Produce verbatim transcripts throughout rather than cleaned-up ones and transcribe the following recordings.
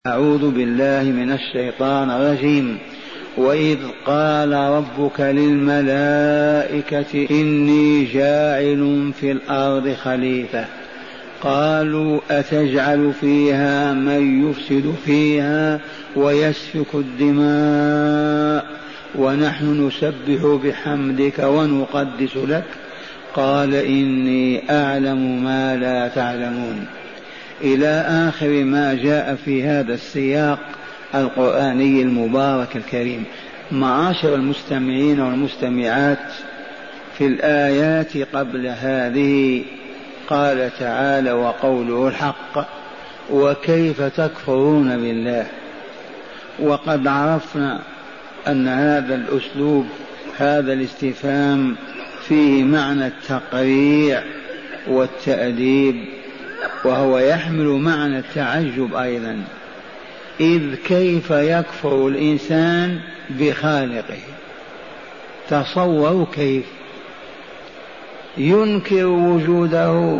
أعوذ بالله من الشيطان الرجيم. وإذ قال ربك للملائكة إني جاعل في الأرض خليفة قالوا أتجعل فيها من يفسد فيها ويسفك الدماء ونحن نسبح بحمدك ونقدس لك قال إني أعلم ما لا تعلمون، إلى آخر ما جاء في هذا السياق القرآني المبارك الكريم. معاشر المستمعين والمستمعات، في الآيات قبل هذه قال تعالى وقوله الحق: وكيف تكفرون بالله. وقد عرفنا أن هذا الأسلوب، هذا الاستفهام، فيه معنى التقريع والتأديب، وهو يحمل معنى التعجب أيضا. إذ كيف يكفر الإنسان بخالقه؟ تصوروا كيف ينكر وجوده،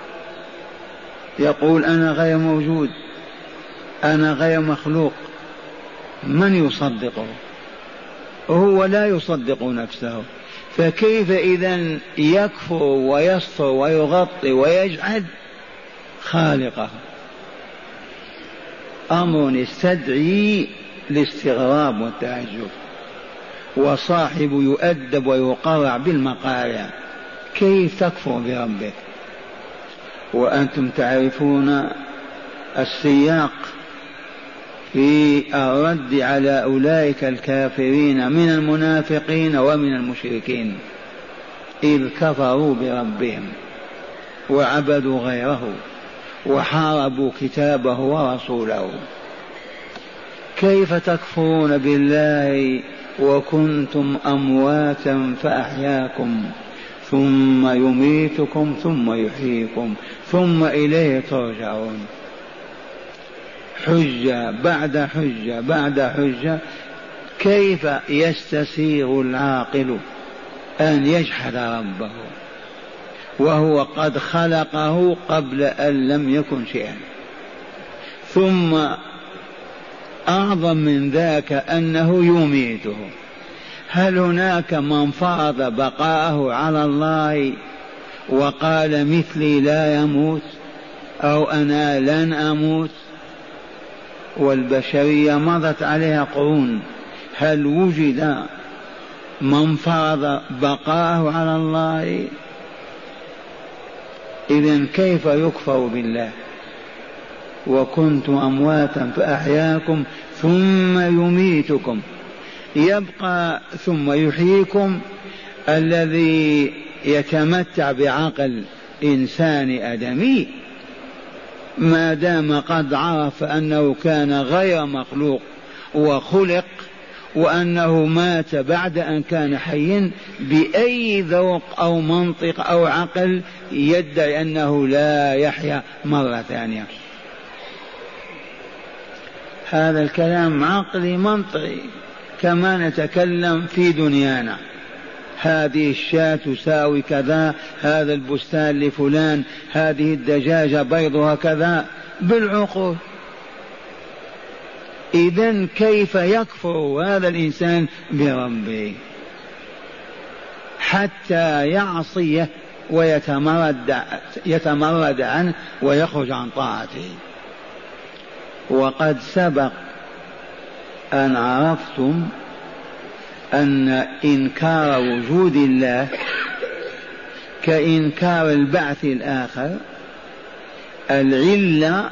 يقول أنا غير موجود، أنا غير مخلوق. من يصدقه؟ هو لا يصدق نفسه، فكيف إذن يكفر ويستر ويغطي ويجحد خالقه؟ أمر يستدعي الاستغراب والتعجب، وصاحب يؤدب ويقرع بالمقارع. كيف تكفر بربك؟ وأنتم تعرفون السياق في الرد على أولئك الكافرين من المنافقين ومن المشركين، إذ كفروا بربهم وعبدوا غيره وحاربوا كتابه ورسوله. كيف تكفرون بالله وكنتم أمواتا فأحياكم ثم يميتكم ثم يحييكم ثم إليه ترجعون؟ حجة بعد حجة بعد حجة. كيف يستسيغ العاقل أن يجحد ربه وهو قد خلقه قبل أن لم يكن شيئا؟ ثم أعظم من ذاك أنه يميته. هل هناك من فرض بقاءه على الله وقال مثلي لا يموت أو أنا لن أموت؟ والبشرية مضت عليها قرون، هل وجد من فرض بقاءه على الله؟ إذن كيف يكفر بالله؟ وكنتم أمواتا فأحياكم ثم يميتكم. يبقى ثم يحييكم الذي يتمتع بعقل إنسان أدمي، ما دام قد عرف أنه كان غير مخلوق وخلق وأنه مات بعد أن كان حيا، بأي ذوق أو منطق أو عقل يدعي أنه لا يحيا مرة ثانية؟ هذا الكلام عقلي منطقي، كما نتكلم في دنيانا. هذه الشاة تساوي كذا، هذا البستان لفلان، هذه الدجاجة بيضها كذا، بالعقول. إذن كيف يكفر هذا الإنسان بربه حتى يعصيه ويتمرد يتمرد عنه ويخرج عن طاعته؟ وقد سبق أن عرفتم أن إنكار وجود الله كإنكار البعث الآخر. العلة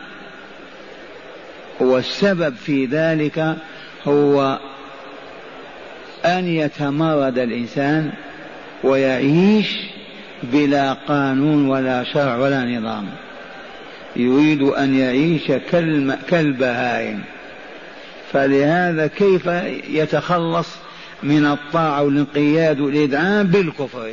والسبب في ذلك هو أن يتمرد الإنسان ويعيش بلا قانون ولا شرع ولا نظام، يريد أن يعيش كالبهائم. فلهذا كيف يتخلص من الطاعة والانقياد والإذعان؟ بالكفر.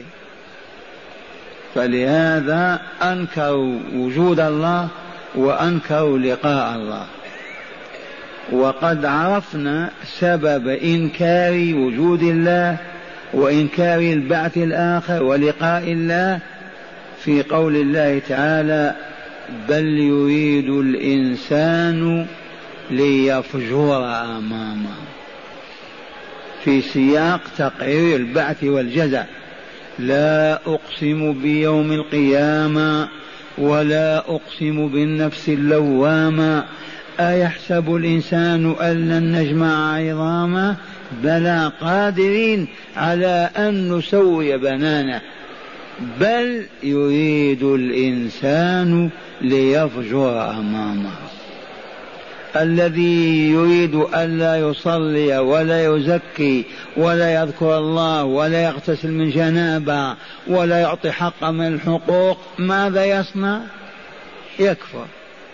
فلهذا أنكروا وجود الله وأنكروا لقاء الله. وقد عرفنا سبب إنكار وجود الله وإنكار البعث الآخر ولقاء الله في قول الله تعالى: بل يريد الإنسان ليفجر أمامه، في سياق تقرير البعث والجزاء. لا أقسم بيوم القيامة ولا أقسم بالنفس اللوامة أيحسب الإنسان أن لن نجمع عظامه بلى قادرين على أن نسوي بنانه بل يريد الإنسان ليفجر أمامه. الذي يريد ألا يصلي ولا يزكي ولا يذكر الله ولا يغتسل من جنابه ولا يعطي حق من الحقوق ماذا يصنع؟ يكفر.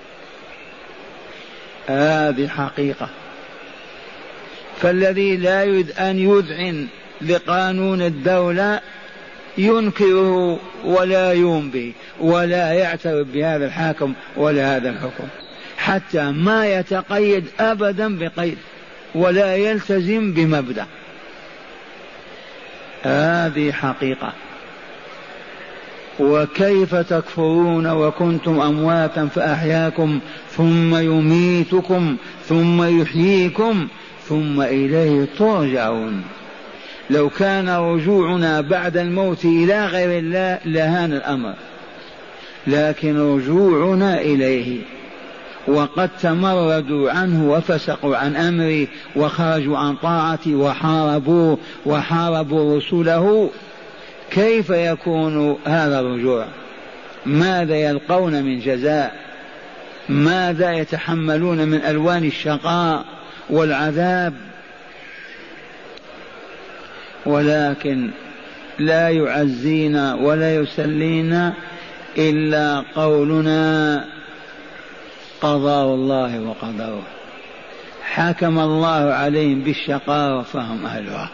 هذه حقيقة. فالذي لا يريد أن يذعن لقانون الدولة ينكره ولا يوم به ولا يعترف بهذا الحاكم ولا هذا الحكم، حتى ما يتقيد أبدا بقيد ولا يلتزم بمبدأ. هذه حقيقة. وكيف تكفرون وكنتم أمواتا فأحياكم ثم يميتكم ثم يحييكم ثم إليه ترجعون. لو كان رجوعنا بعد الموت إلى غير الله لهان الأمر، لكن رجوعنا إليه وقد تمردوا عنه وفسقوا عن أمره وخرجوا عن طاعته وحاربوه وحاربوا رسله، كيف يكون هذا الرجوع؟ ماذا يلقون من جزاء؟ ماذا يتحملون من ألوان الشقاء والعذاب؟ ولكن لا يعزينا ولا يسلينا إلا قولنا قضاء الله وقدره. حكم الله عليهم بالشقاء فهم أهلها.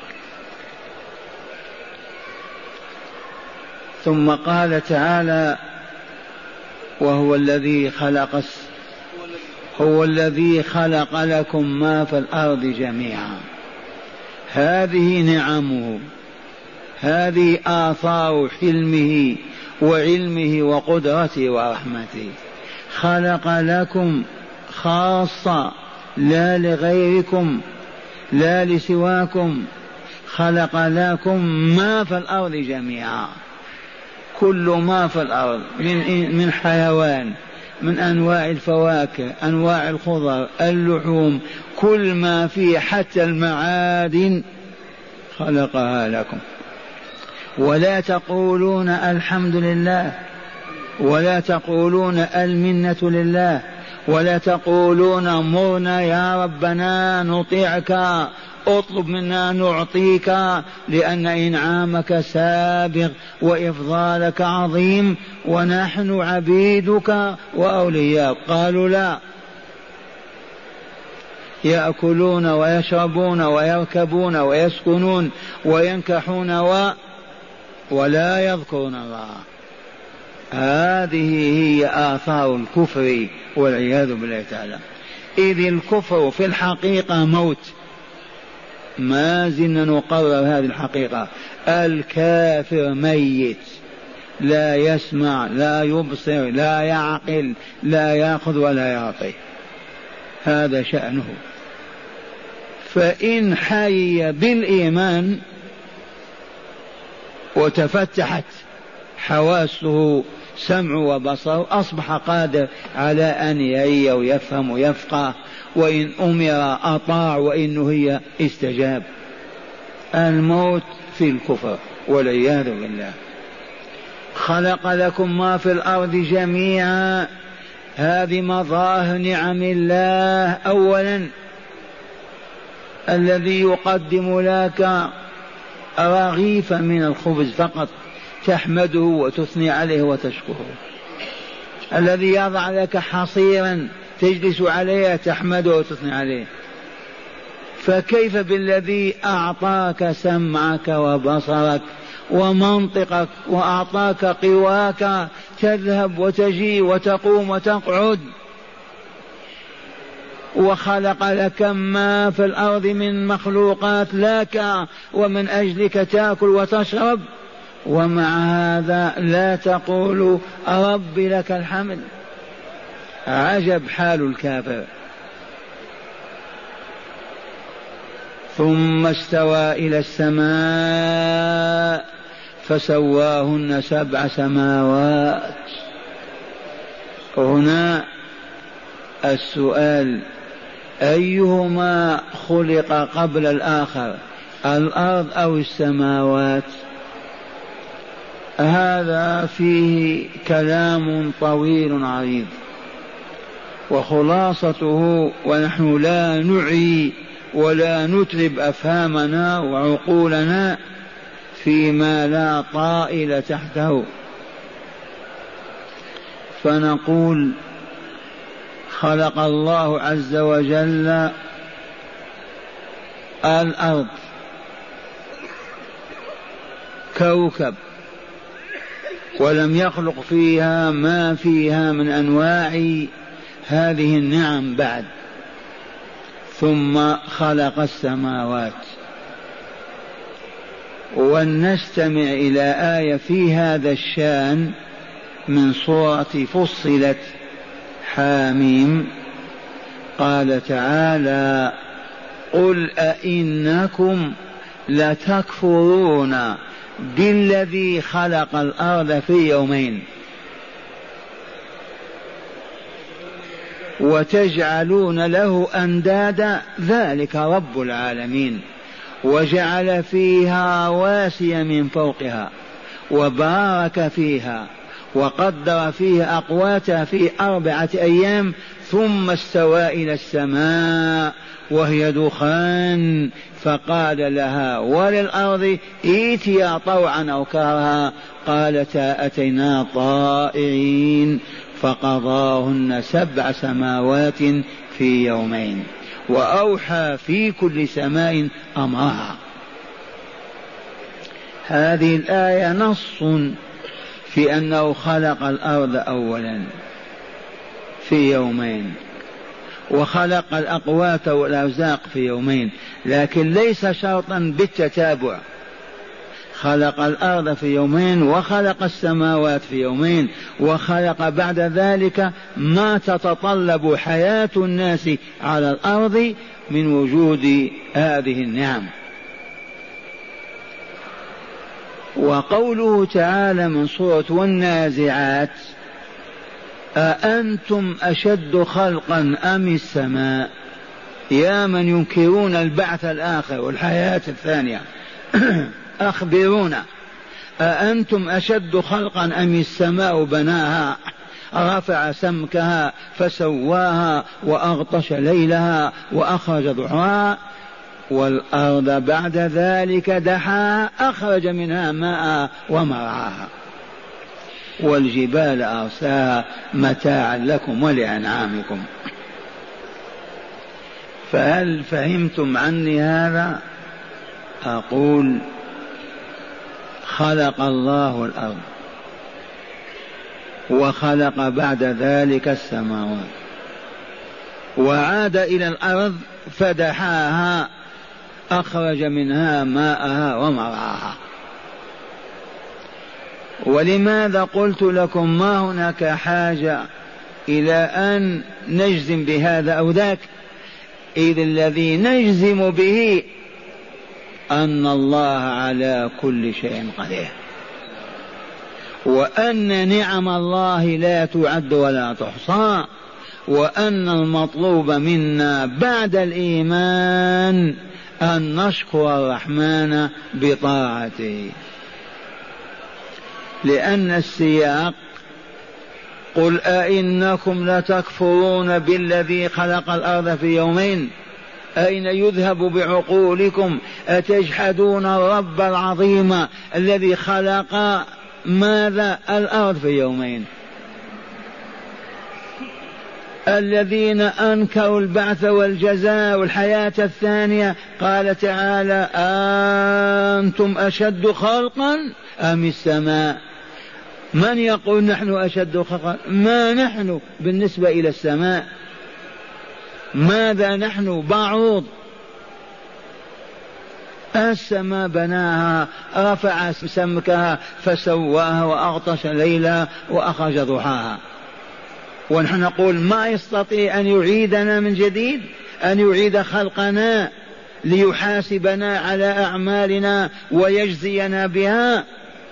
ثم قال تعالى: وهو الذي خلق هو الذي خلق لكم ما في الأرض جميعا. هذه نعمه، هذه آثار حلمه وعلمه وقدرته ورحمته. خلق لكم خاصة لا لغيركم لا لسواكم، خلق لكم ما في الأرض جميعا، كل ما في الأرض من من حيوان، من أنواع الفواكه، أنواع الخضر، اللحوم، كل ما فيه حتى المعادن خلقها لكم. ولا تقولون الحمد لله، ولا تقولون المنة لله، ولا تقولون مرنا يا ربنا نطيعك، اطلب منا نعطيك، لأن إنعامك سابغ وإفضالك عظيم ونحن عبيدك وأولياء. قالوا لا، يأكلون ويشربون ويركبون ويسكنون وينكحون و... ولا يذكرون الله. هذه هي آثار الكفر والعياذ بالله تعالى. إذ الكفر في الحقيقة موت، ما زلنا نقرر هذه الحقيقة. الكافر ميت، لا يسمع لا يبصر لا يعقل لا يأخذ ولا يعطي، هذا شأنه. فإن حي بالإيمان وتفتحت حواسه سمع وبصر أصبح قادر على أن يعي ويفهم ويفقه، وإن أمر أطاع وإن نهي استجاب. الموت في الكفر والعياذ بالله. خلق لكم ما في الأرض جميعا، هذه مظاهر نعم الله. أولا الذي يقدم لك رغيفا من الخبز فقط تحمده وتثني عليه وتشكره، الذي يضع لك حصيرا تجلس عليه تحمده وتثني عليه، فكيف بالذي أعطاك سمعك وبصرك ومنطقك وأعطاك قواك تذهب وتجي وتقوم وتقعد، وخلق لك ما في الأرض من مخلوقات لك ومن أجلك تأكل وتشرب، ومع هذا لا تقول رب لك الحمد. عجب حال الكافر. ثم استوى إلى السماء فسواهن سبع سماوات. هنا السؤال: أيهما خلق قبل الآخر، الأرض أو السماوات؟ هذا فيه كلام طويل عريض، وخلاصته، ونحن لا نعي ولا نترب أفهامنا وعقولنا فيما لا طائل تحته، فنقول: خلق الله عز وجل الأرض كوكب، ولم يخلق فيها ما فيها من أنواع هذه النعم بعد، ثم خلق السماوات. ولنستمع إلى آية في هذا الشان من سورة فصلت حاميم. قال تعالى: قل أئنكم لتكفرون بالذي خلق الأرض في يومين وتجعلون له أندادا ذلك رب العالمين، وجعل فيها رواسي من فوقها وبارك فيها وقدر فيها أقواتها في أربعة أيام، ثم استوى إلى السماء وهي دخان فقال لها وللأرض ائتيا طوعا أو كرها قالتا أتينا طائعين، فقضاهن سبع سماوات في يومين وأوحى في كل سماء أمرها. هذه الآية نص في أنه خلق الأرض أولا في يومين، وخلق الأقوات والأرزاق في يومين، لكن ليس شرطا بالتتابع. خلق الأرض في يومين وخلق السماوات في يومين، وخلق بعد ذلك ما تتطلب حياة الناس على الأرض من وجود هذه النعم. وقوله تعالى من سورة والنازعات: أأنتم أشد خلقا أم السماء؟ يا من ينكرون البعث الآخر والحياة الثانية أخبرونا، أأنتم أشد خلقا أم السماء بناها رفع سمكها فسواها وأغطش ليلها وأخرج ضحاها، والأرض بعد ذلك دحاها أخرج منها ماء ومرعاها، والجبال أرساها متاعا لكم ولأنعامكم. فهل فهمتم عني هذا؟ أقول: خلق الله الأرض وخلق بعد ذلك السماوات، وعاد إلى الأرض فدحاها أخرج منها ماءها ومرعاها. ولماذا قلت لكم ما هناك حاجة إلى أن نجزم بهذا أو ذاك؟ إذ الذي نجزم به أن الله على كل شيء قدير، وأن نعم الله لا تعد ولا تحصى، وأن المطلوب منا بعد الإيمان أن نشكر الرحمن بطاعته، لأن السياق: قل أئنكم لتكفرون بالذي خلق الأرض في يومين، أين يذهب بعقولكم؟ أتجحدون الرب العظيم الذي خلق ماذا؟ الأرض في يومين. الذين أنكروا البعث والجزاء والحياة الثانية قال تعالى: أنتم أشد خلقا أم السماء؟ من يقول نحن أشد خلقا؟ ما نحن بالنسبة إلى السماء؟ ماذا نحن؟ بعوض. السماء بناها رفع سمكها فسواها وأغطش ليلها وأخرج ضحاها، ونحن نقول ما يستطيع أن يعيدنا من جديد، أن يعيد خلقنا، ليحاسبنا على أعمالنا ويجزينا بها.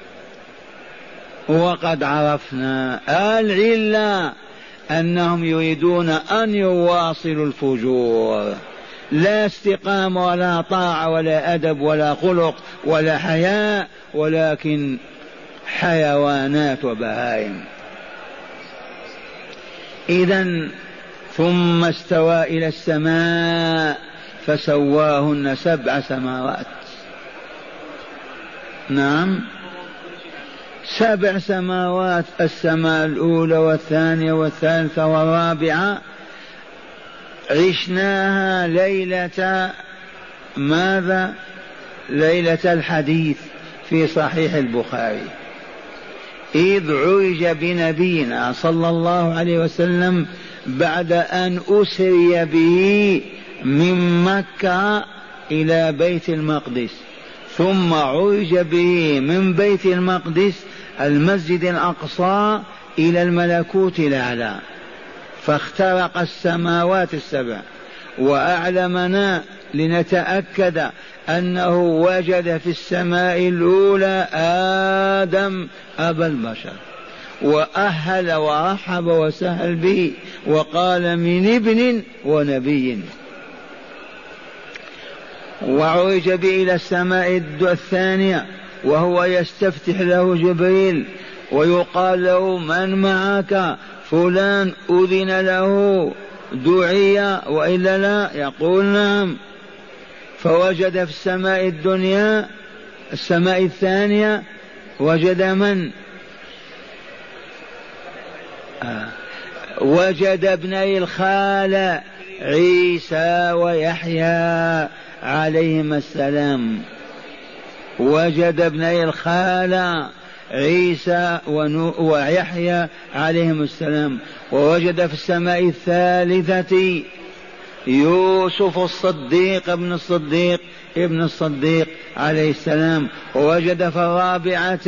وقد عرفنا العلة أنهم يريدون أن يواصلوا الفجور، لا استقامة ولا طاعة ولا أدب ولا خلق ولا حياء، ولكن حيوانات وبهائم. إذن ثم استوى إلى السماء فسواهن سبع سماوات. نعم سبع سماوات، السماء الأولى والثانية والثالثة والرابعة عشناها ليلة ماذا؟ ليلة الحديث في صحيح البخاري، إذ عرج بنبينا صلى الله عليه وسلم بعد أن أسري به من مكة إلى بيت المقدس، ثم عرج به من بيت المقدس المسجد الأقصى إلى الملكوت الأعلى، فاخترق السماوات السبع. وأعلمنا لنتأكد أنه وجد في السماء الأولى آدم أبا البشر، وأهل ورحب وسهل به، وقال من ابن ونبي. وعرج به إلى السماء الثانية وهو يستفتح له جبريل ويقال له من معك؟ فلان، أذن له دعي وإلا لا؟ يقول نعم. فوجد في السماء الدنيا السماء الثانية وجد من؟ آه. وجد ابني الخالة عيسى ويحيى عليهما السلام، وجد ابني الخالة عيسى ويحيى عليهم السلام. ووجد في السماء الثالثة يوسف الصديق ابن الصديق ابن الصديق عليه السلام. ووجد في الرابعة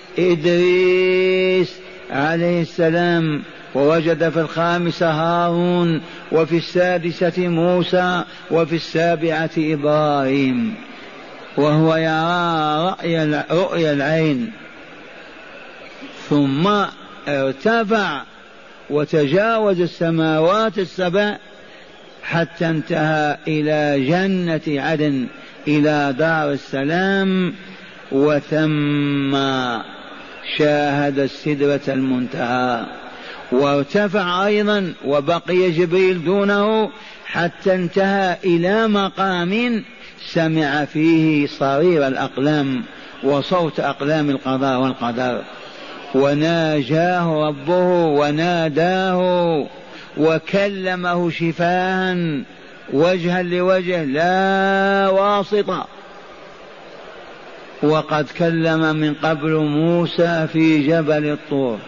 إدريس عليه السلام. ووجد في الخامسة هارون، وفي السادسة موسى، وفي السابعة إبراهيم، وهو يرى رؤيا, رؤيا العين. ثم ارتفع وتجاوز السماوات السبع حتى انتهى إلى جنة عدن، إلى دار السلام، وثم شاهد السدرة المنتهى. وارتفع أيضا وبقي جبريل دونه حتى انتهى إلى مقام سمع فيه صرير الأقلام وصوت أقلام القضاء والقدر، وناجاه ربه وناداه وكلمه شفاها وجها لوجه لا واسطة. وقد كلم من قبل موسى في جبل الطور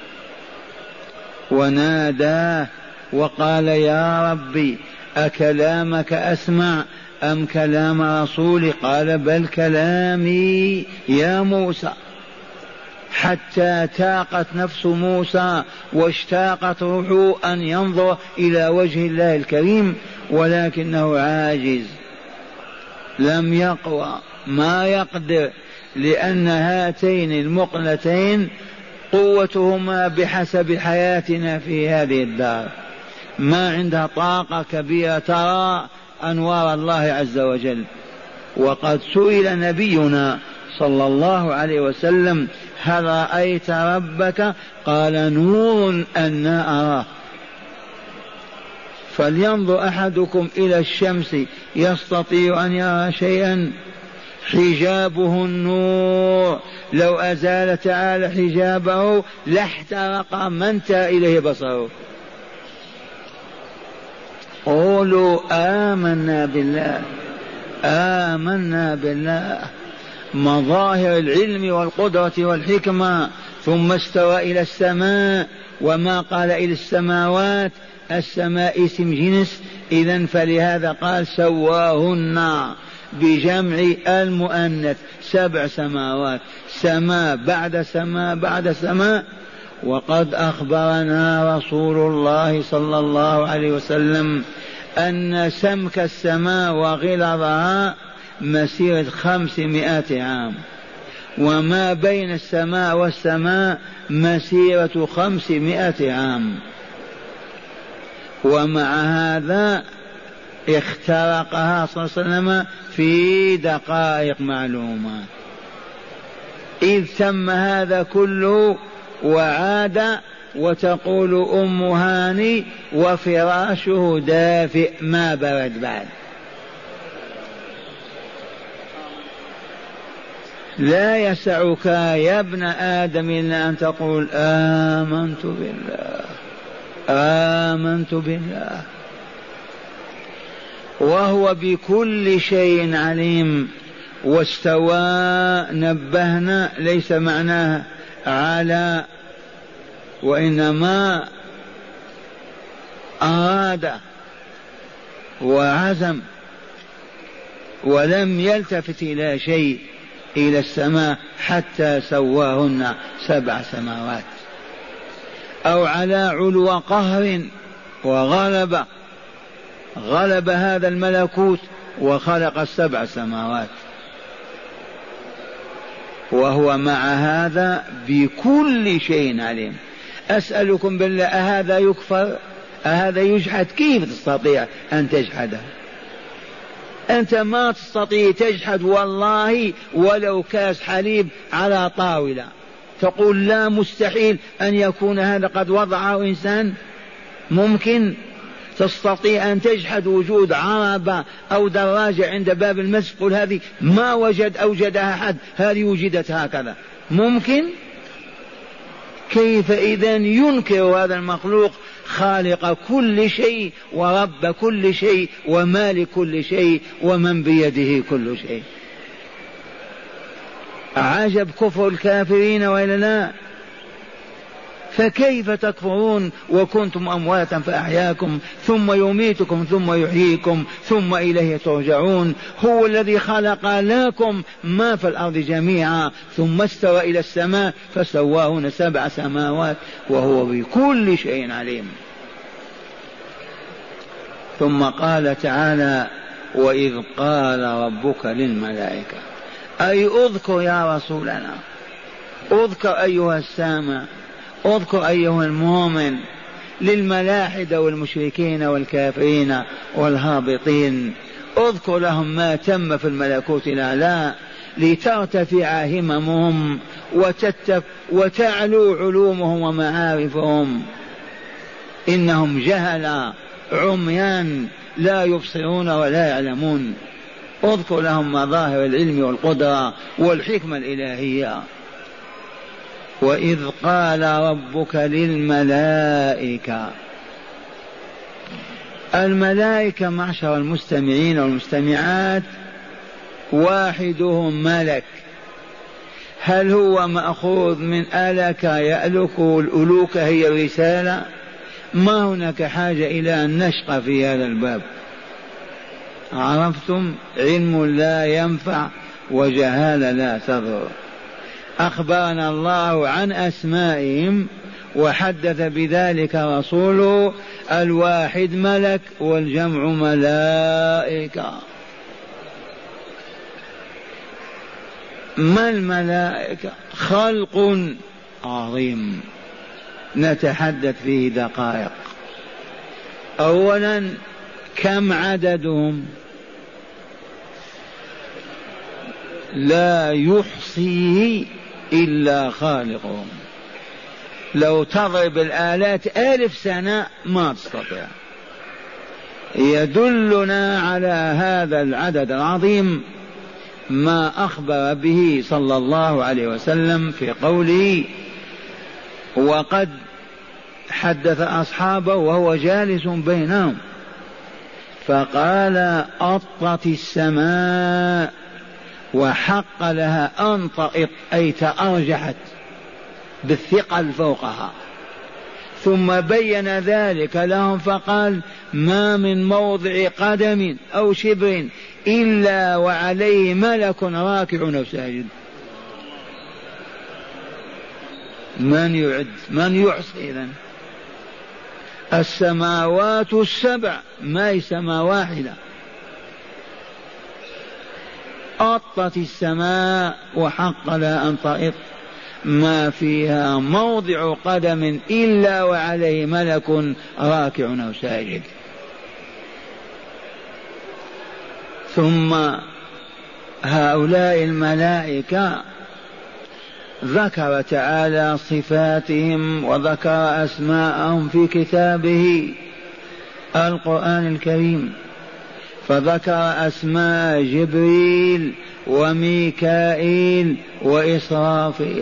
وناداه وقال يا ربي أكلامك أسمع أم كلام رسولي؟ قال بل كلامي يا موسى. حتى تاقت نفس موسى واشتاقت روحه أن ينظر إلى وجه الله الكريم، ولكنه عاجز، لم يقوى، ما يقدر، لأن هاتين المقلتين قوتهما بحسب حياتنا في هذه الدار، ما عندها طاقة كبيرة ترى أنوار الله عز وجل. وقد سئل نبينا صلى الله عليه وسلم هل رأيت ربك؟ قال نور أنا أراه. فلينظر أحدكم إلى الشمس يستطيع أن يرى شيئا؟ حجابه النور، لو أزال تعالى حجابه لاحترق ما انتهى إليه بصره. قولوا آمنا بالله، آمنا بالله. مظاهر العلم والقدرة والحكمة. ثم استوى إلى السماء، وما قال إلى السماوات، السماء اسم جنس، إذن فلهذا قال سواهن بجمع المؤنث، سبع سماوات، سماء بعد سماء بعد سماء. وقد أخبرنا رسول الله صلى الله عليه وسلم أن سمك السماء وغلظها مسيرة خمسمائة عام، وما بين السماء والسماء مسيرة خمسمائة عام، ومع هذا اخترقها صلى الله عليه وسلم في دقائق معلومة. إذ تم هذا كله وعاد، وتقول أم هاني وفراشه دافئ ما برد بعد. لا يسعك يا ابن آدم إلا أن تقول آمنت بالله آمنت بالله. وهو بكل شيء عليم. واستوى نبهنا ليس معناه على، وإنما أراد وعزم، ولم يلتفت إلى شيء إلى السماء حتى سواهن سبع سماوات، أو على علو قهر وغلب، غلب هذا الملكوت وخلق السبع سماوات، وهو مع هذا بكل شيء عليم. أسألكم بالله أهذا يكفر؟ أهذا يجحد؟ كيف تستطيع أن تجحده؟ أنت ما تستطيع تجحد والله ولو كاس حليب على طاولة، تقول لا مستحيل أن يكون هذا قد وضعه إنسان. ممكن؟ تستطيع أن تجحد وجود عربة أو دراجة عند باب المسجد قل هذه ما وجد أوجدها أحد، هذه وجدت هكذا؟ ممكن؟ كيف إذن ينكر هذا المخلوق خالق كل شيء ورب كل شيء ومالك كل شيء ومن بيده كل شيء؟ عجب كفر الكافرين وإلا لا؟ فكيف تكفرون وكنتم أمواتا فأحياكم ثم يميتكم ثم يحييكم ثم إليه ترجعون. هو الذي خلق لكم ما في الأرض جميعا ثم استوى إلى السماء فسواهن سبع سماوات وهو بكل شيء عليم. ثم قال تعالى وإذ قال ربك للملائكة، أي اذكر يا رسولنا، اذكر أيها السامع، اذكر أيها المؤمن للملاحدة والمشركين والكافرين والهابطين، اذكر لهم ما تم في الملكوت الأعلى لترتفع هممهم وتتف وتعلو علومهم ومعارفهم. إنهم جهلا عميان لا يبصرون ولا يعلمون. اذكر لهم مظاهر العلم والقدرة والحكمة الإلهية. وإذ قال ربك للملائكة، الملائكة معشر المستمعين والمستمعات واحدهم ملك. هل هو مأخوذ من ألك يألك؟ الألوكة هي الرسالة. ما هناك حاجة إلى أن نشقى في هذا الباب. عرفتم؟ علم لا ينفع وجهالة لا تضر. أخبرنا الله عن أسمائهم وحدث بذلك رسوله. الواحد ملك والجمع ملائكة. ما الملائكة؟ خلق عظيم نتحدث فيه دقائق. أولا كم عددهم؟ لا يحصيه إلا خالقهم. لو تضرب الآلات ألف سنة ما تستطيع. يدلنا على هذا العدد العظيم ما أخبر به صلى الله عليه وسلم في قوله وقد حدث أصحابه وهو جالس بينهم فقال أطت السماء وحق لها أن تطئ، أي تأرجحت بالثقل فوقها. ثم بين ذلك لهم فقال ما من موضع قدم أو شبر إلا وعليه ملك راكع أو ساجد. من يعد؟ من يحصي إذن؟ السماوات السبع ما هي سماء واحدة. أطت السماء وحق لها أن تأط، ما فيها موضع قدم إلا وعليه ملك راكع أو ساجد. ثم هؤلاء الملائكة ذكر تعالى صفاتهم وذكر أسماءهم في كتابه القرآن الكريم، فذكر أسماء جبريل وميكائيل وإسرافيل،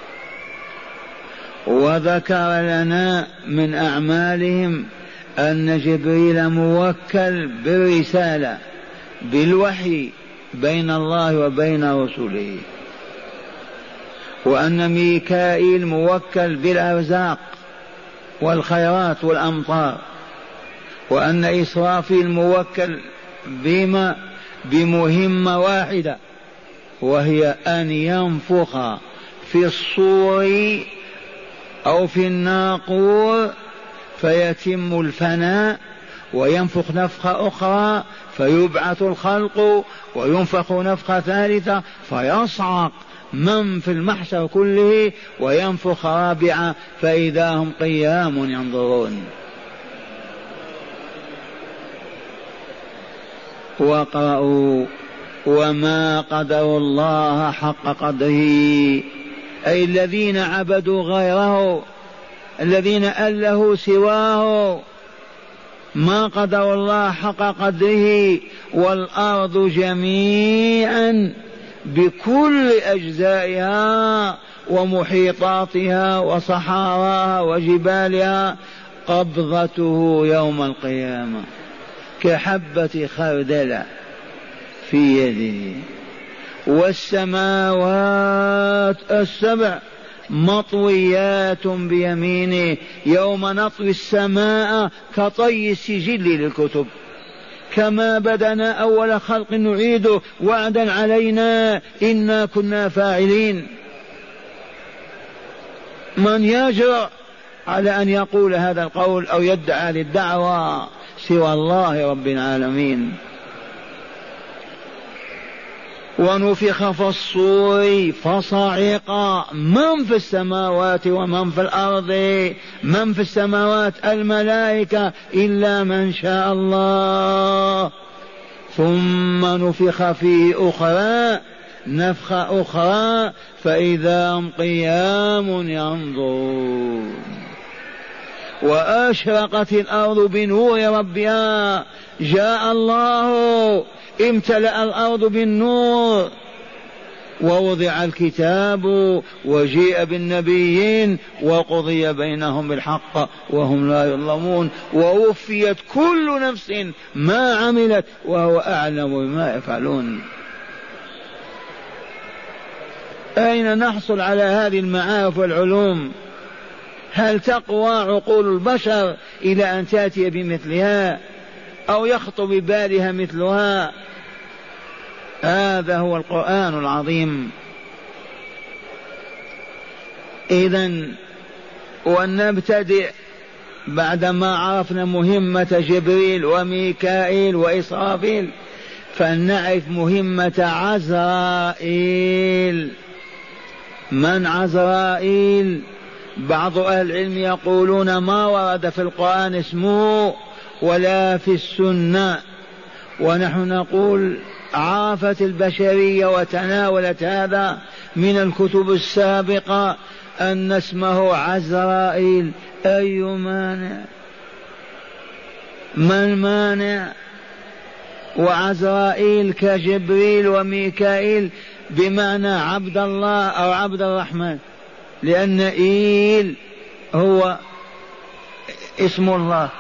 وذكر لنا من أعمالهم أن جبريل موكل بالرسالة بالوحي بين الله وبين رسله، وأن ميكائيل موكل بالأرزاق والخيرات والأمطار، وأن إسرافيل موكل بما بمهمة واحدة وهي أن ينفخ في الصور أو في الناقور فيتم الفناء، وينفخ نفخة أخرى فيبعث الخلق، وينفخ نفخة ثالثة فيصعق من في المحشر كله، وينفخ رابعة فإذا هم قيام ينظرون. وقرأوا وما قدروا الله حق قدره، أي الذين عبدوا غيره، الذين ألهوا سواه، ما قدروا الله حق قدره. والأرض جميعا بكل أجزائها ومحيطاتها وصحراها وجبالها قبضته يوم القيامة كحبة خردلة في يده. والسماوات السبع مطويات بيمينه يوم نطوي السماء كطي السجل للكتب، كما بدنا أول خلق نعيده وعدا علينا إنا كنا فاعلين. من يجرأ على أن يقول هذا القول أو يدعى للدعوة سوى الله رب العالمين؟ ونفخ في الصور فصعق من في السماوات ومن في الأرض، من في السماوات الملائكة إلا من شاء الله، ثم نفخ فيه أخرى نفخة أخرى فإذا هم قيام ينظرون. وأشرقت الأرض بنور ربها، جاء الله امتلأ الأرض بالنور، ووضع الكتاب وجيء بالنبيين وقضي بينهم بالحق وهم لا يظلمون، ووفيت كل نفس ما عملت وهو أعلم بما يفعلون. أين نحصل على هذه المعارف والعلوم؟ هل تقوى عقول البشر إلى أن تأتي بمثلها أو يخطر ببالها مثلها؟ هذا هو القرآن العظيم. إذن ونبتدئ بعدما عرفنا مهمة جبريل وميكائيل وإسرافيل، فلنعرف مهمة عزرائيل. من عزرائيل؟ بعض أهل العلم يقولون ما ورد في القرآن اسمه ولا في السنة، ونحن نقول عرفت البشرية وتناولت هذا من الكتب السابقة أن اسمه عزرائيل. أي مانع؟ ما المانع؟ وعزرائيل كجبريل وميكائيل بمعنى عبد الله أو عبد الرحمن، لأن إيل هو اسم الله.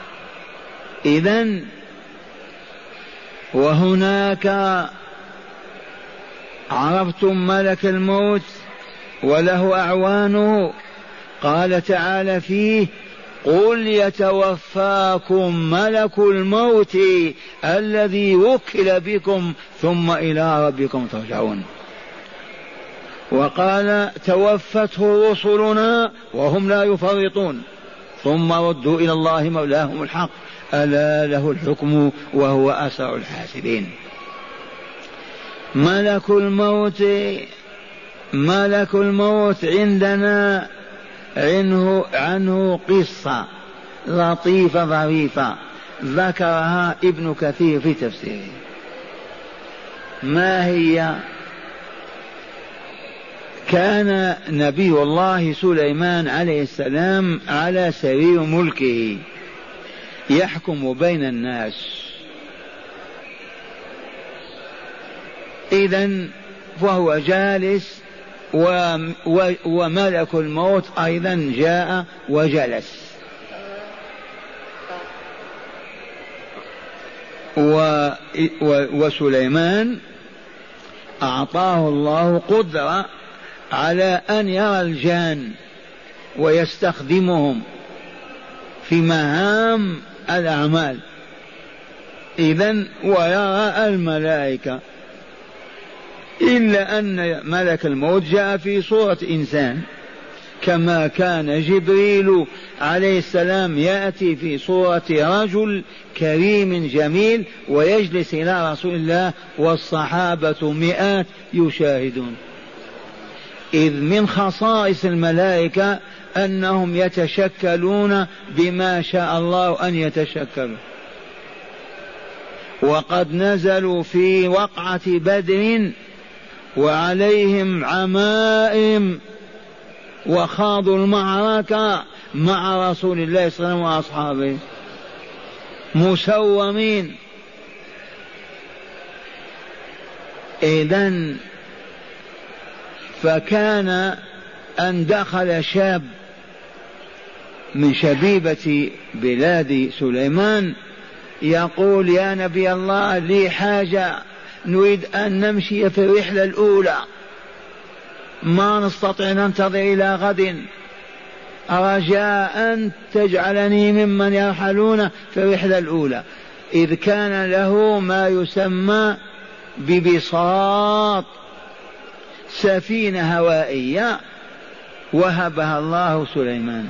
إذن وهناك عرفتم ملك الموت وله أعوانه، قال تعالى فيه قل يتوفاكم ملك الموت الذي وكل بكم ثم إلى ربكم ترجعون. وقال توفته رسلنا وهم لا يفرطون ثم ردوا إلى الله مولاهم الحق ألا له الحكم وهو أسرع الحاسبين. ملك الموت ملك الموت عندنا عنه, عنه قصة لطيفة ظريفة ذكرها ابن كثير في تفسيره. ما هي؟ كان نبي الله سليمان عليه السلام على سرير ملكه يحكم بين الناس، إذن فهو جالس وملك الموت أيضا جاء وجلس، وسليمان أعطاه الله قدرة على أن يرى الجان ويستخدمهم في مهام الأعمال، إذن ويرى الملائكة، إلا أن ملك الموت جاء في صورة إنسان، كما كان جبريل عليه السلام يأتي في صورة رجل كريم جميل ويجلس إلى رسول الله والصحابة مئات يشاهدون. إذ من خصائص الملائكة أنهم يتشكلون بما شاء الله أن يتشكلوا، وقد نزلوا في وقعة بدر وعليهم عمائم وخاضوا المعركة مع رسول الله صلى الله عليه وسلم وأصحابه مسومين. إذن فكان أن دخل شاب من شبيبة بلاد سليمان يقول: يا نبي الله لي حاجة، نريد أن نمشي في الرحلة الأولى، ما نستطيع ننتظر إلى غد، رجاء أن تجعلني ممن يرحلون في الرحلة الأولى. إذ كان له ما يسمى ببساط، سفينة هوائية وهبها الله سليمان.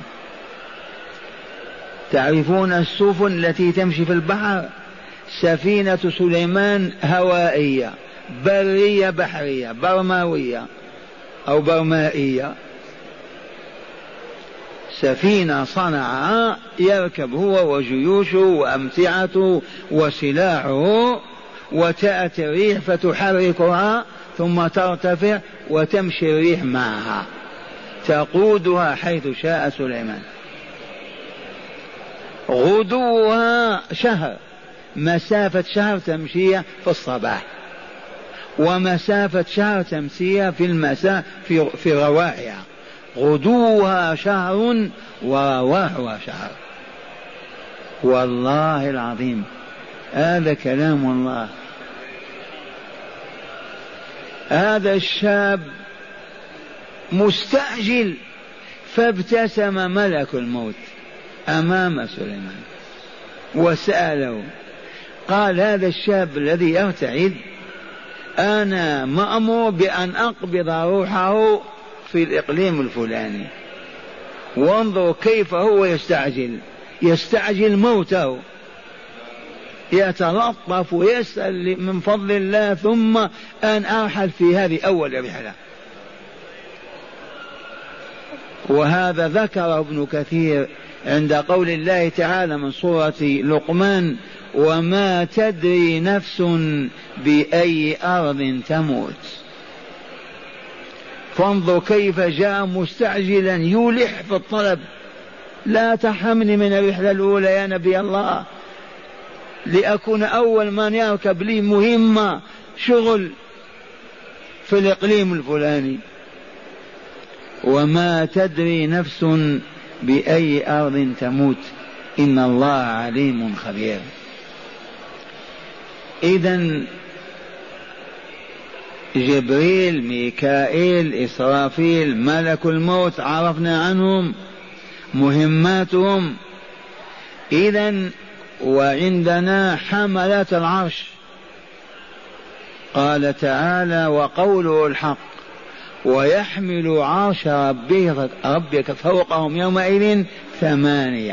تعرفون السفن التي تمشي في البحر؟ سفينة سليمان هوائية برية بحرية برماوية أو برمائية، سفينة صنعها يركب هو وجيوشه وأمتعته وسلاحه، وتأتي الريح فتحركها ثم ترتفع وتمشي الريح معها تقودها حيث شاء سليمان. غدوها شهر، مسافة شهر تمشيها في الصباح، ومسافة شهر تمشيها في المساء في, في رواحها. غدوها شهر ورواحها شهر. والله العظيم هذا كلام الله. هذا الشاب مستعجل، فابتسم ملك الموت أمام سليمان وسأله، قال: هذا الشاب الذي يرتعد أنا مأمور بأن أقبض روحه في الإقليم الفلاني، وانظر كيف هو يستعجل يستعجل موته، يتلطف ويسأل من فضل الله ثم أن أرحل في هذه أول رحلة. وهذا ذكر ابن كثير عند قول الله تعالى من سورة لقمان: وما تدري نفس بأي أرض تموت. فانظر كيف جاء مستعجلا يلح في الطلب: لا تحرمني من الرحلة الأولى يا نبي الله، لأكون أول من يركب لي مهمة شغل في الإقليم الفلاني. وما تدري نفس بأي أرض تموت إن الله عليم خبير. إذن جبريل، ميكائيل، إسرافيل، ملك الموت عرفنا عنهم مهماتهم. إذن وعندنا حملة العرش، قال تعالى: وقوله الحق ويحمل عرش ربك فوقهم يومئذ ثمانية.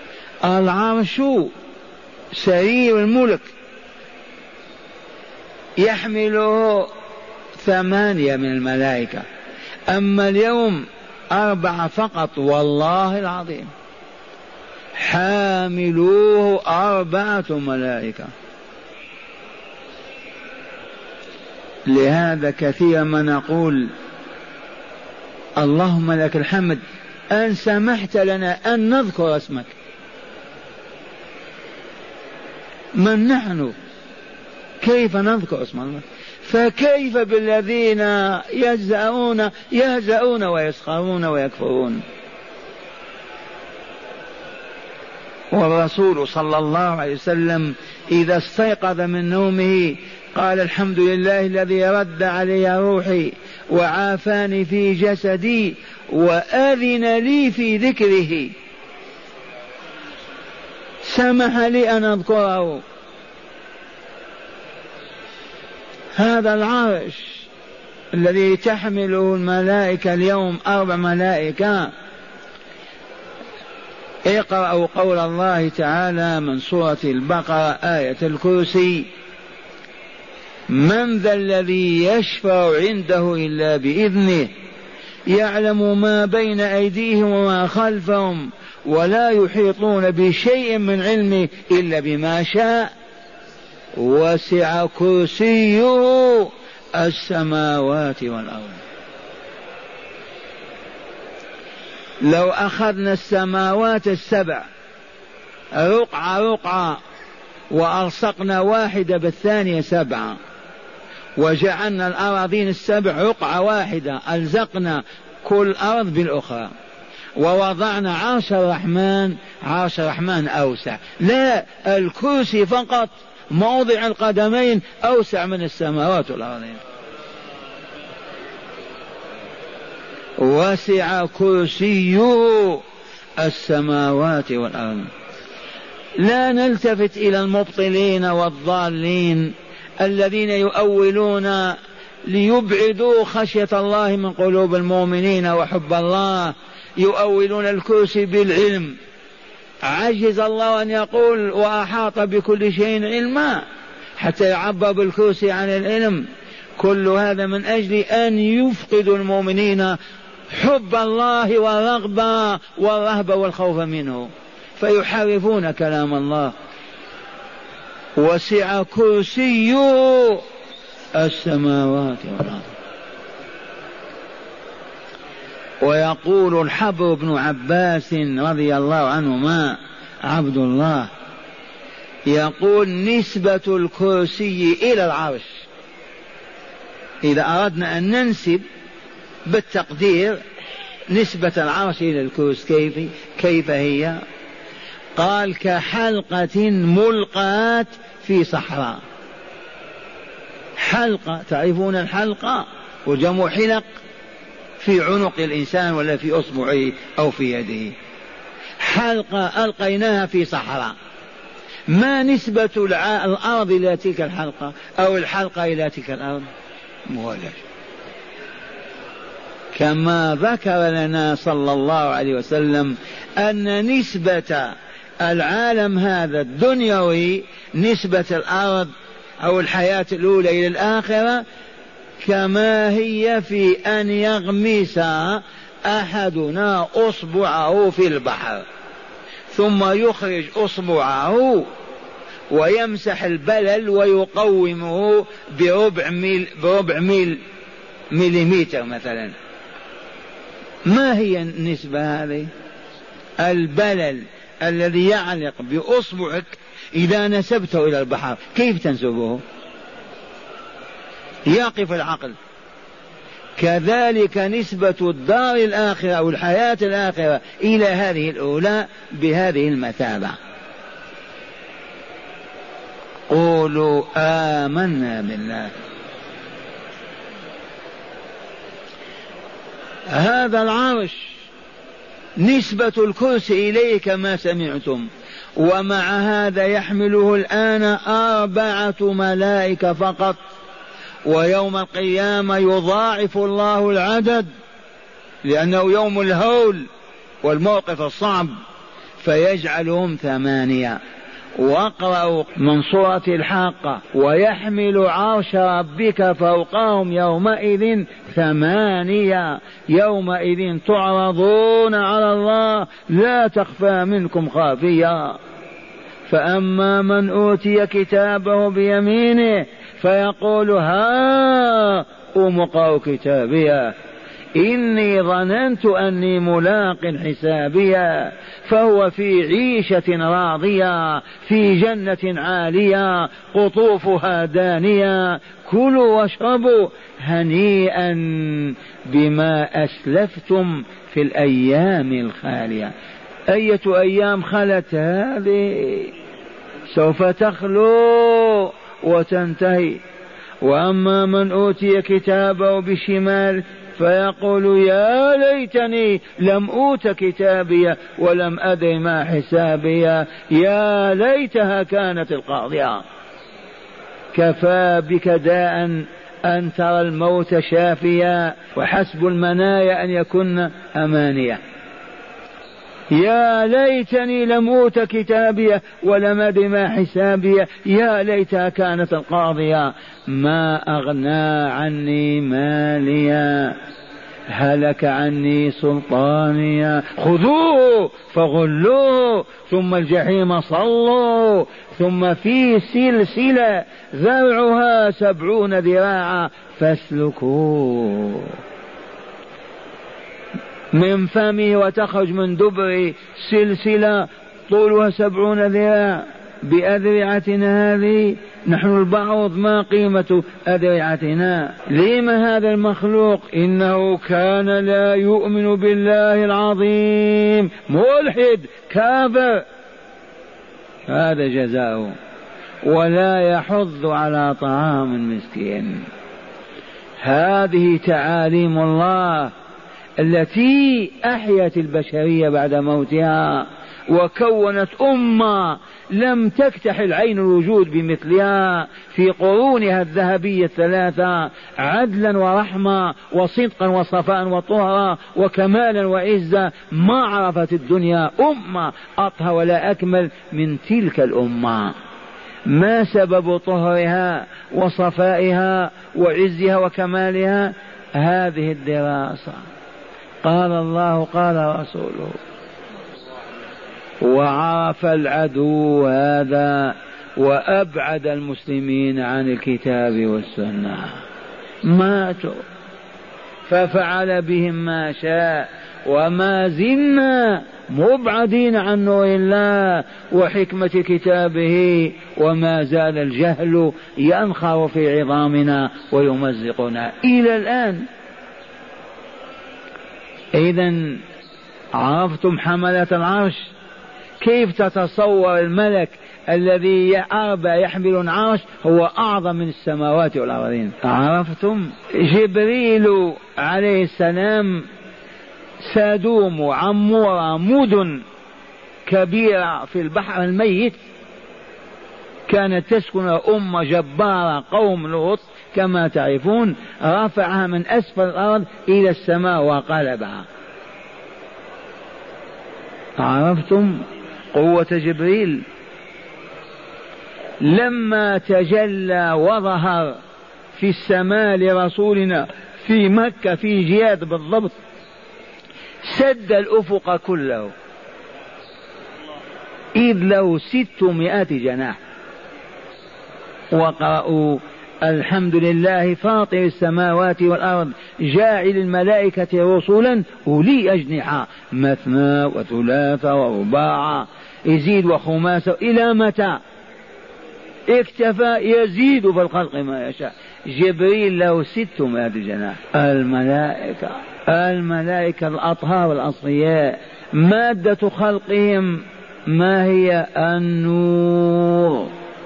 العرش سرير الملك يحمله ثمانية من الملائكة، أما اليوم أربعة فقط، والله العظيم حاملوه أربعة ملائكة. لهذا كثيرا ما نقول اللهم لك الحمد أن سمحت لنا أن نذكر اسمك. من نحن كيف نذكر اسم الله؟ فكيف بالذين يجزعون يهزؤون ويسخرون ويكفرون؟ والرسول صلى الله عليه وسلم إذا استيقظ من نومه قال الحمد لله الذي رد علي روحي وعافاني في جسدي وأذن لي في ذكره، سمح لي أن أذكره. هذا العرش الذي تحمله الملائكة اليوم أربع ملائكة. اقرأوا قول الله تعالى من سورة البقرة آية الكرسي: من ذا الذي يشفع عنده إلا بإذنه يعلم ما بين أيديهم وما خلفهم ولا يحيطون بشيء من علمه إلا بما شاء وسع كرسيه السماوات والأرض. لو أخذنا السماوات السبع رقعة رقعة وألصقنا واحدة بالثانية سبعة، وجعلنا الأراضين السبع رقعة واحدة ألزقنا كل أرض بالأخرى، ووضعنا عرش الرحمن، عرش الرحمن أوسع، لا الكرسي فقط موضع القدمين أوسع من السماوات والأرضين. وسع كرسيه السماوات والأرض. لا نلتفت إلى المبطلين والضالين الذين يؤولون ليبعدوا خشية الله من قلوب المؤمنين وحب الله، يؤولون الكرسي بالعلم. عجز الله أن يقول وأحاط بكل شيء علما حتى يعبر بالكرسي عن العلم. كل هذا من أجل أن يفقدوا المؤمنين حب الله والرغبة والرهبة والخوف منه، فيحرفون كلام الله. وسع كرسيه السماوات والأرض. ويقول الحبر بن عباس رضي الله عنهما عبد الله يقول نسبة الكرسي إلى العرش، إذا أردنا أن ننسب بالتقدير نسبة العرش إلى الكرسي كيف, كيف هي؟ قال كحلقة ملقاة في صحراء. حلقة، تعرفون الحلقة وجمع حلق في عنق الإنسان ولا في أصبعه أو في يده. حلقة ألقيناها في صحراء، ما نسبة الأرض إلى تلك الحلقة أو الحلقة إلى تلك الأرض؟ ولا شيء. كما ذكر لنا صلى الله عليه وسلم أن نسبة العالم هذا الدنيوي، نسبة الأرض أو الحياة الأولى إلى الآخرة كما هي في أن يغمس أحدنا أصبعه في البحر ثم يخرج أصبعه ويمسح البلل ويقومه بربع ميل بربع ميل مليمتر مثلا. ما هي النسبة هذه؟ البلل الذي يعلق بأصبعك إذا نسبته إلى البحر كيف تنسبه؟ يقف العقل. كذلك نسبة الدار الآخرة أو الحياة الآخرة إلى هذه الأولى بهذه المثابة. قولوا آمنا بالله. هذا العرش نسبة الكرسي إليه كما سمعتم، ومع هذا يحمله الآن أربعة ملائكة فقط، ويوم القيامة يضاعف الله العدد لأنه يوم الهول والموقف الصعب فيجعلهم ثمانية. واقرأوا من سورة الحاقة ويحمل عرش ربك فوقهم يومئذ ثمانية يومئذ تعرضون على الله لا تخفى منكم خافية. فأما من أوتي كتابه بيمينه فيقول ها أمقرأ كتابيه إني ظننت أني ملاق حسابيا فهو في عيشة راضية في جنة عالية قطوفها دانية كلوا واشربوا هنيئا بما أسلفتم في الأيام الخالية. أية أيام خلت هذه سوف تخلو وتنتهي. وأما من أوتي كتابه بشمال فيقول يا ليتني لم أوت كتابي ولم أدر ما حسابي يا ليتها كانت القاضية. كفى بك داء أن ترى الموت شافيا وحسب المنايا أن يكن أمانية. يا ليتني لم أوت كتابي ولم أدر ما حسابي يا ليتها كانت القاضية ما أغنى عني ماليا هلك عني سلطانيا خذوه فغلوه ثم الجحيم صلوا ثم في سلسلة ذرعها سبعون ذراعا فاسلكوه من فمه وتخرج من دبره سلسلة طولها سبعون ذراع. بأذرعتنا هذه نحن البعوض ما قيمة أذرعتنا؟ لما هذا المخلوق إنه كان لا يؤمن بالله العظيم ملحد كافر هذا جزاؤه ولا يحض على طعام المسكين. هذه تعاليم الله التي أحيت البشرية بعد موتها وكونت أمة لم تكتحل عين الوجود بمثلها في قرونها الذهبية الثلاثة عدلا ورحمة وصدقا وصفاء وطهرا وكمالا وعزة. ما عرفت الدنيا أمة أطهر ولا أكمل من تلك الأمة. ما سبب طهرها وصفائها وعزها وكمالها؟ هذه الدراسة. قال الله قال رسوله. وعرف العدو هذا وأبعد المسلمين عن الكتاب والسنة ماتوا ففعل بهم ما شاء وما زلنا مبعدين عن نور الله وحكمة كتابه وما زال الجهل ينخر في عظامنا ويمزقنا إلى الآن. إذن عرفتم حملة العرش كيف تتصور الملك الذي أربع يحمل العرش هو أعظم من السماوات والأرضين. عرفتم جبريل عليه السلام سادوم وعمورة مدن كبيرة في البحر الميت كانت تسكن أمة جبارة قوم لوط كما تعرفون رفعها من أسفل الأرض إلى السماء وقلبها. عرفتم قوة جبريل؟ لما تجلى وظهر في السماء لرسولنا في مكة في جياد بالضبط سد الأفق كله إذ له ستمائة جناح. وقرأوا الحمد لله فاطر السماوات والأرض جاعل الملائكة رسلا أولي أجنحة مثنى وثلاث ورباع يزيد وخماسة إلى متى؟ اكتفى يزيد في الخلق ما يشاء. جبريل له ستمائة جناح. الملائكة الملائكة الأطهار الأصفياء مادة خلقهم ما هي؟ النور،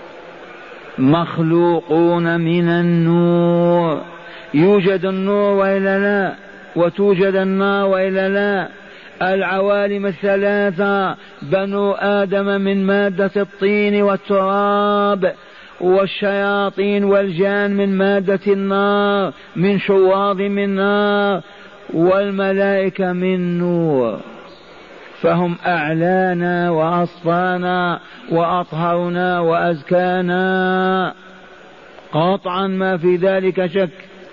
مخلوقون من النور. يوجد النور وإلا لا؟ وتوجد النار وإلا لا؟ العوالم الثلاثة بنو آدم من مادة الطين والتراب والشياطين والجان من مادة النار من شواظ من نار والملائكة من نور. فهم أعلانا وأصفانا وأطهرنا وأزكانا قطعا، ما في ذلك شك.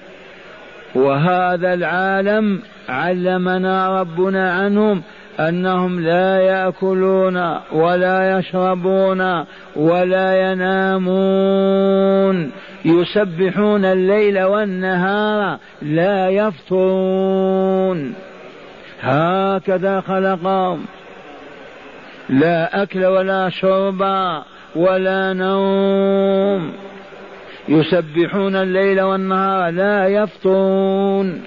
وهذا العالم علمنا ربنا عنهم أنهم لا يأكلون ولا يشربون ولا ينامون، يسبحون الليل والنهار لا يفترون، هكذا خلقهم، لا أكل ولا شرب ولا نوم، يسبحون الليل والنهار لا يفترون.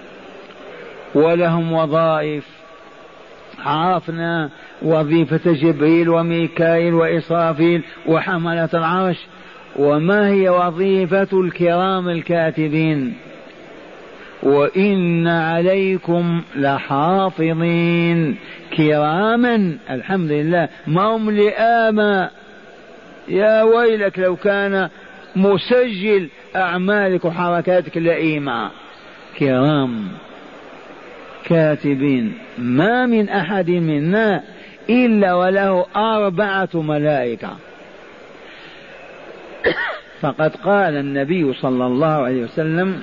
ولهم وظائف، عرفنا وظيفة جبريل وميكائيل وإسرافيل وحملة العرش، وما هي وظيفة الكرام الكاتبين؟ وإن عليكم لحافظين كراما، الحمد لله، ما هم لآما. يا ويلك لو كان مسجل أعمالك وحركاتك لئيمة. كرام كاتبين، ما من أحد منا إلا وله أربعة ملائكة. فقد قال النبي صلى الله عليه وسلم: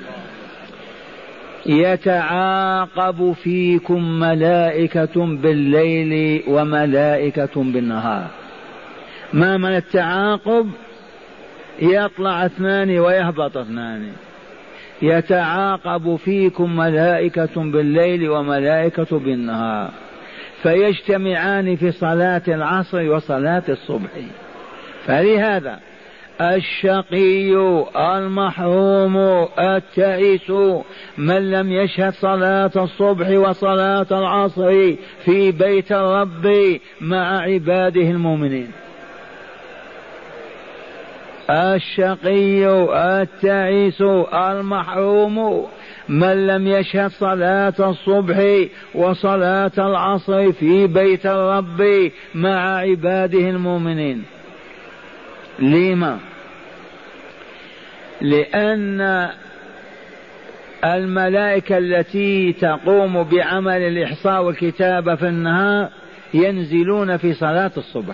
يتعاقب فيكم ملائكة بالليل وملائكة بالنهار. ما من التعاقب؟ يطلع اثنان ويهبط اثنان. يتعاقب فيكم ملائكة بالليل وملائكة بالنهار، فيجتمعان في صلاة العصر وصلاة الصبح. فلهذا الشقي المحروم التائس من لم يشهد صلاة الصبح وصلاة العصر في بيت الرب مع عباده المؤمنين. الشقي التعيس المحروم من لم يشهد صلاة الصبح وصلاة العصر في بيت الرب مع عباده المؤمنين. لما؟ لأن الملائكة التي تقوم بعمل الإحصاء والكتابة في النهار ينزلون في صلاة الصبح،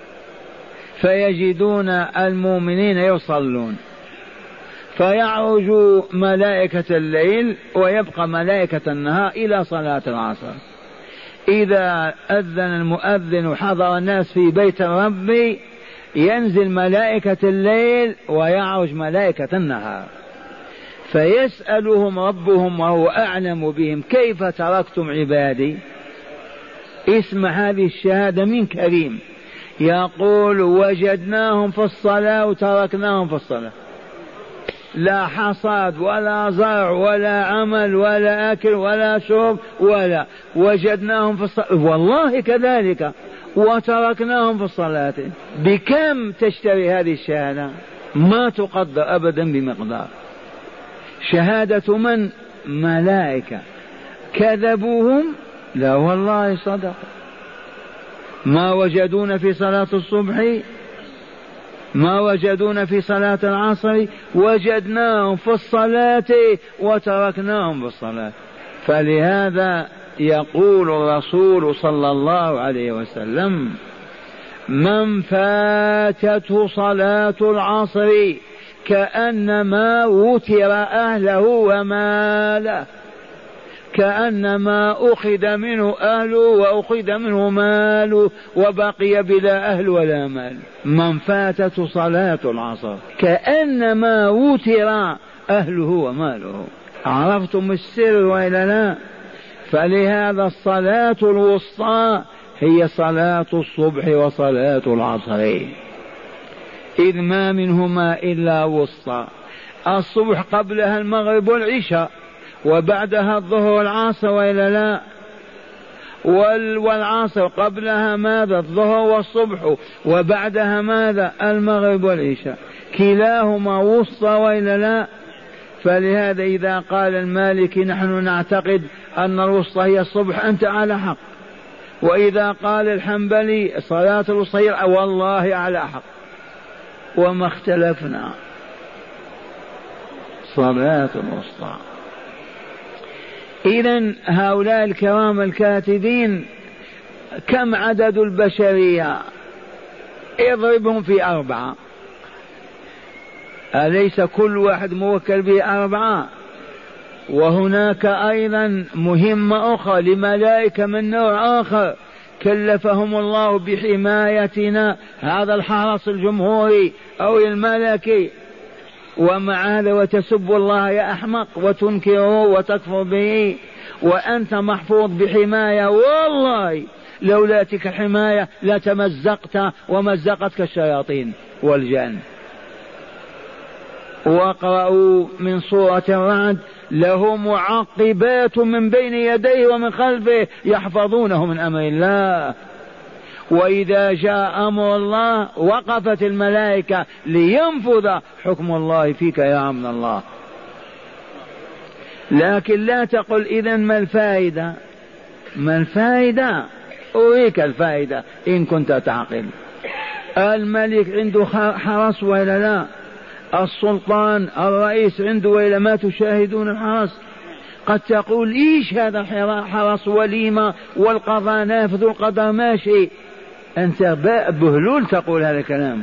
فيجدون المؤمنين يصلون، فيعرج ملائكة الليل ويبقى ملائكة النهار إلى صلاة العصر. إذا أذن المؤذن وحضر الناس في بيت الرب ينزل ملائكة الليل ويعرج ملائكة النهار، فيسألهم ربهم وهو أعلم بهم: كيف تركتم عبادي؟ اسمع هذه الشهادة من كريم، يقول: وجدناهم في الصلاة وتركناهم في الصلاة، لا حصاد ولا زرع ولا عمل ولا أكل ولا شرب، ولا وجدناهم في الصلاة، والله كذلك، وتركناهم في الصلاة. بكم تشتري هذه الشهادة؟ ما تقدر أبدا بمقدار. شهادة من؟ ملائكة. كذبوهم؟ لا والله صدق. ما وجدون في صلاة الصبح، ما وجدون في صلاة العصر، وجدناهم في الصلاة وتركناهم في الصلاة. فلهذا يقول الرسول صلى الله عليه وسلم: من فاتته صلاة العصر كأنما وتر أهله وماله، كأنما أخذ منه أهله وأخذ منه ماله وبقي بلا أهل ولا مال. من فاتته صلاة العصر كأنما وتر أهله وماله. عرفتم السر وإلا لا؟ فلهذا الصلاة الوسطى هي صلاة الصبح وصلاة العصر، إذ ما منهما إلا وسطى. الصبح قبلها المغرب والعشاء، وبعدها الظهر والعصر وإلا لا؟ والعصر قبلها ماذا؟ الظهر والصبح، وبعدها ماذا؟ المغرب والعشاء، كلاهما وسطى وإلا لا؟ فلهذا إذا قال المالكي: نحن نعتقد أن الوسطى هي الصبح، أنت على حق. وإذا قال الحنبلي صلاة الوسطى والله على حق، وما اختلفنا. صلاة الوسطى. إذن هؤلاء الكرام الكاتبين كم عدد البشرية؟ اضربهم في أربعة، أليس كل واحد موكل به أربعة؟ وهناك أيضا مهمة أخرى لملائكة من نوع آخر كلفهم الله بحمايتنا، هذا الحرس الجمهوري أو الملكي، ومع هذا وتسب الله يا أحمق وتنكره وتكفر به وأنت محفوظ بحماية. والله لولا تلك الحماية لتمزقت ومزقتك الشياطين والجن. واقرأوا من سورة الرعد: له معقبات من بين يديه ومن خلفه يحفظونه من أمر الله. وإذا جاء أمر الله وقفت الملائكة لينفذ حكم الله فيك يا عبد الله. لكن لا تقل إذن ما الفائدة؟ ما الفائدة؟ أريك الفائدة إن كنت تعقل. الملك عنده حرس ولا لا؟ السلطان الرئيس عنده ولا ما تشاهدون الحرس؟ قد تقول إيش هذا الحرس وليمة والقضاء نافذ القضاء ماشي. أنت بهلول تقول هذا الكلام.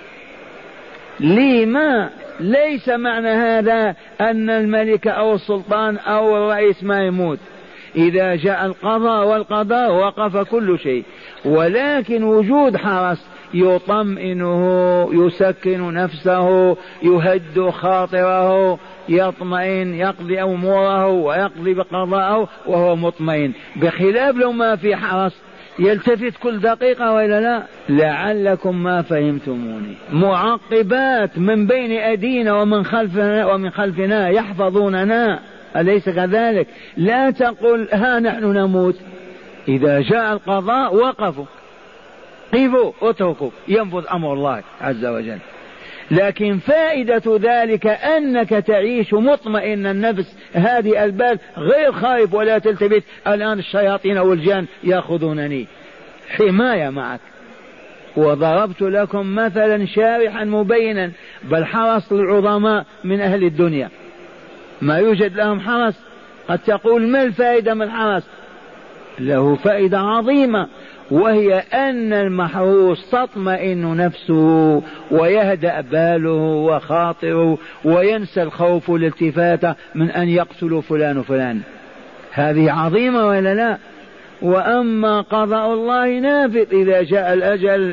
لما؟ ليس معنى هذا أن الملك أو السلطان أو الرئيس ما يموت. إذا جاء القضاء والقضاء وقف كل شيء، ولكن وجود حرس يطمئنه، يسكن نفسه، يهد خاطره، يطمئن، يقضي أموره ويقضي بقضاءه وهو مطمئن، بخلاف لو ما في حرس يلتفت كل دقيقة وإلا لا. لعلكم ما فهمتموني. معقبات من بين أيدينا ومن خلفنا ومن خلفنا يحفظوننا، أليس كذلك؟ لا تقل ها نحن نموت. إذا جاء القضاء وقفوا، قفوا، اتركوا، ينفذ أمر الله عز وجل. لكن فائدة ذلك أنك تعيش مطمئن النفس هادئ البال غير خائف ولا تلتفت الآن الشياطين والجان يأخذونني. حماية معك. وضربت لكم مثلا شارحا مبينا، بل حرس العظماء من أهل الدنيا ما يوجد لهم حرس. قد تقول ما الفائدة من الحرس؟ له فائدة عظيمة، وهي أن المحروس تطمئن نفسه ويهدأ باله وخاطره وينسى الخوف والالتفات من أن يقتلوا فلان وفلان. هذه عظيمة ولا لا؟ وأما قضاء الله نافذ، إذا جاء الأجل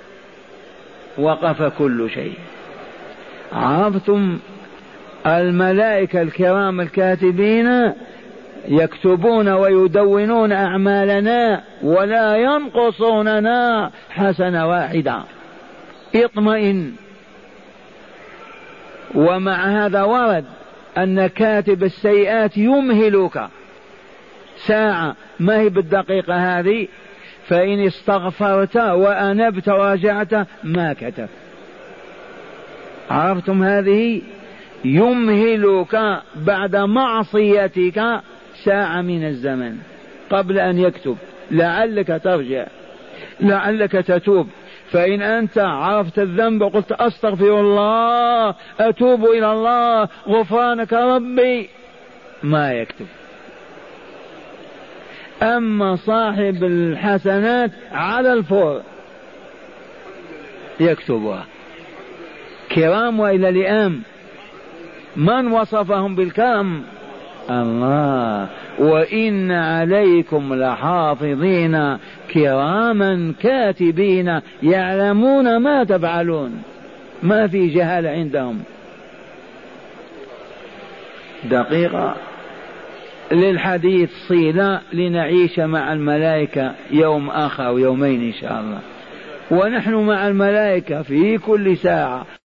وقف كل شيء. عرفتم؟ الملائكة الكرام الكاتبين يكتبون ويدونون أعمالنا ولا ينقصوننا حسنة واحدة. اطمئن. ومع هذا ورد أن كاتب السيئات يمهلك ساعة، ما هي بالدقيقة هذه، فإن استغفرت وأنبت ورجعت ما كتب. عرفتم هذه؟ يمهلك بعد معصيتك ساعة من الزمن قبل أن يكتب، لعلك ترجع، لعلك تتوب. فإن أنت عرفت الذنب وقلت أستغفر الله أتوب إلى الله غفرانك ربي، ما يكتب. أما صاحب الحسنات على الفور يكتبها كرام وإلى لئام. من وصفهم بالكرم؟ الله. وإن عليكم لحافظين كراما كاتبين يعلمون ما تفعلون. ما في جهالة عندهم. دقيقة للحديث صيلة لنعيش مع الملائكة يوم آخر ويومين إن شاء الله، ونحن مع الملائكة في كل ساعة.